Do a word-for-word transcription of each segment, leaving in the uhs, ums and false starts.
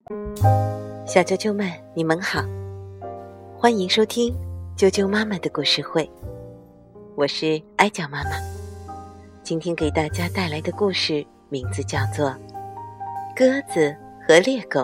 小啾啾们，你们好，欢迎收听啾啾妈妈的故事会，我是哀角妈妈。今天给大家带来的故事名字叫做《鸽子和猎狗》。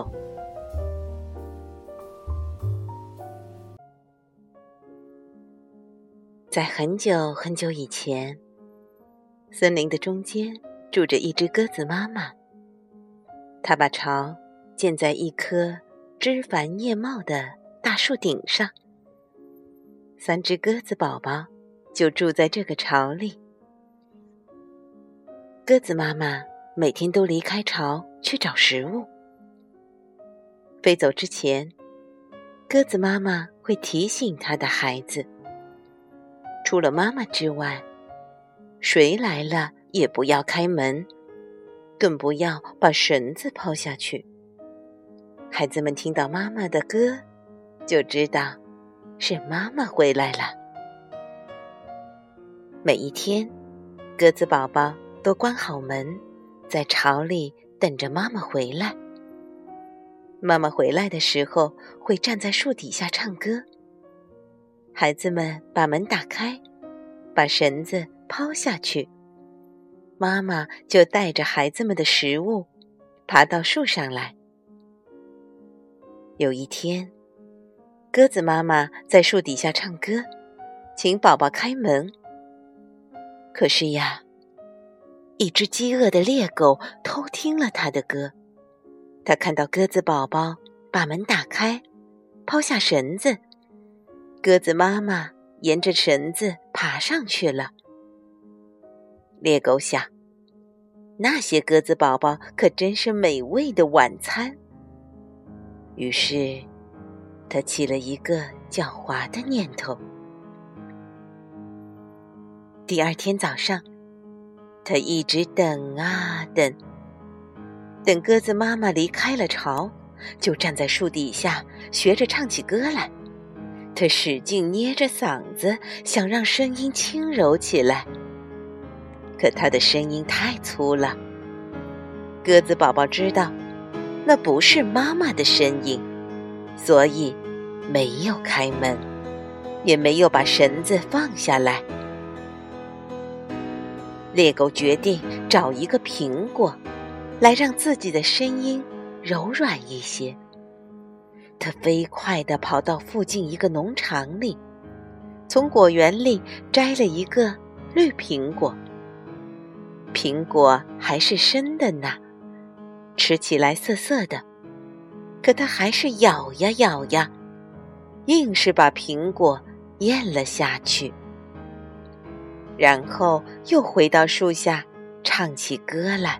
在很久很久以前，森林的中间住着一只鸽子妈妈，她把巢建在一棵枝繁叶茂的大树顶上，三只鸽子宝宝就住在这个巢里。鸽子妈妈每天都离开巢去找食物，飞走之前，鸽子妈妈会提醒她的孩子，除了妈妈之外，谁来了也不要开门，更不要把绳子抛下去。孩子们听到妈妈的歌，就知道是妈妈回来了。每一天，鸽子宝宝都关好门，在巢里等着妈妈回来。妈妈回来的时候，会站在树底下唱歌。孩子们把门打开，把绳子抛下去，妈妈就带着孩子们的食物爬到树上来。有一天，鸽子妈妈在树底下唱歌，请宝宝开门。可是呀，一只饥饿的猎狗偷听了她的歌。它看到鸽子宝宝把门打开，抛下绳子，鸽子妈妈沿着绳子爬上去了。猎狗想，那些鸽子宝宝可真是美味的晚餐。于是，他起了一个狡猾的念头。第二天早上，他一直等啊等，等鸽子妈妈离开了巢，就站在树底下学着唱起歌来。他使劲捏着嗓子，想让声音轻柔起来，可他的声音太粗了。鸽子宝宝知道那不是妈妈的声音，所以没有开门，也没有把绳子放下来。猎狗决定找一个苹果，来让自己的声音柔软一些。它飞快地跑到附近一个农场里，从果园里摘了一个绿苹果。苹果还是生的呢，吃起来涩涩的，可它还是咬呀咬呀，硬是把苹果咽了下去。然后又回到树下唱起歌来。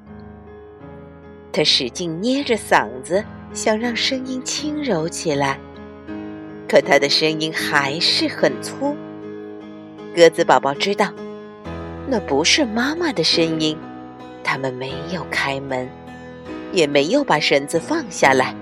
他使劲捏着嗓子，想让声音轻柔起来，可他的声音还是很粗。鸽子宝宝知道那不是妈妈的声音，他们没有开门，也没有把绳子放下来。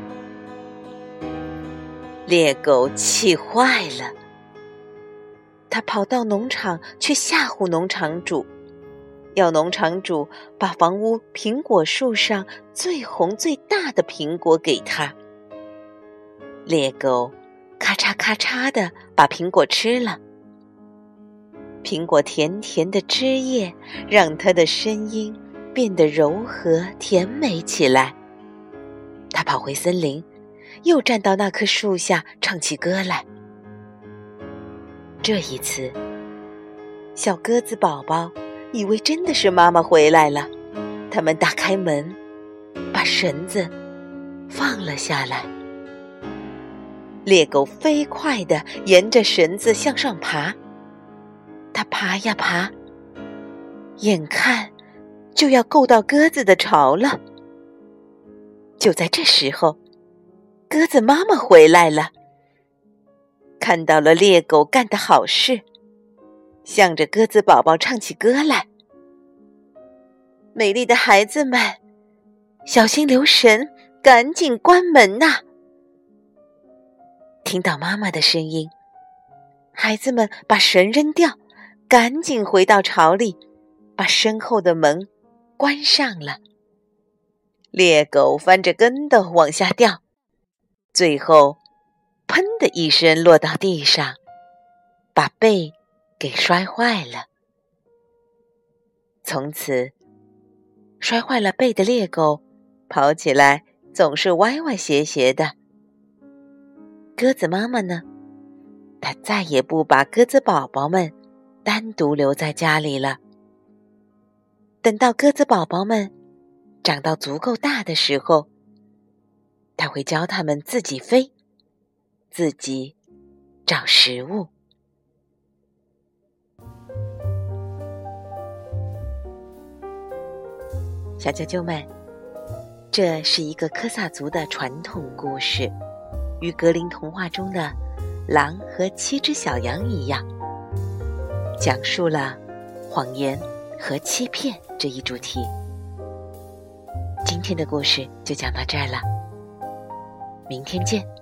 猎狗气坏了，他跑到农场去吓唬农场主，要农场主把房屋苹果树上最红最大的苹果给他。猎狗咔嚓咔嚓地把苹果吃了，苹果甜甜的汁液让他的声音变得柔和甜美起来。他跑回森林，又站到那棵树下唱起歌来。这一次，小鸽子宝宝以为真的是妈妈回来了，他们打开门，把绳子放了下来。猎狗飞快地沿着绳子向上爬，它爬呀爬，眼看就要够到鸽子的巢了。就在这时候，鸽子妈妈回来了，看到了猎狗干的好事，向着鸽子宝宝唱起歌来。美丽的孩子们，小心留神，赶紧关门呐！听到妈妈的声音，孩子们把绳扔掉，赶紧回到巢里，把身后的门关上了。 猎狗翻着跟斗往下掉，最后砰的一声落到地上，把背给摔坏了。从此，摔坏了背的猎狗跑起来总是歪歪斜斜的。鸽子妈妈呢，她再也不把鸽子宝宝们单独留在家里了。等到鸽子宝宝们长到足够大的时候，她会教它们自己飞，自己找食物。小啾啾们，这是一个科萨族的传统故事，与格林童话中的狼和七只小羊一样，讲述了谎言和欺骗这一主题。今天的故事就讲到这儿了，明天见。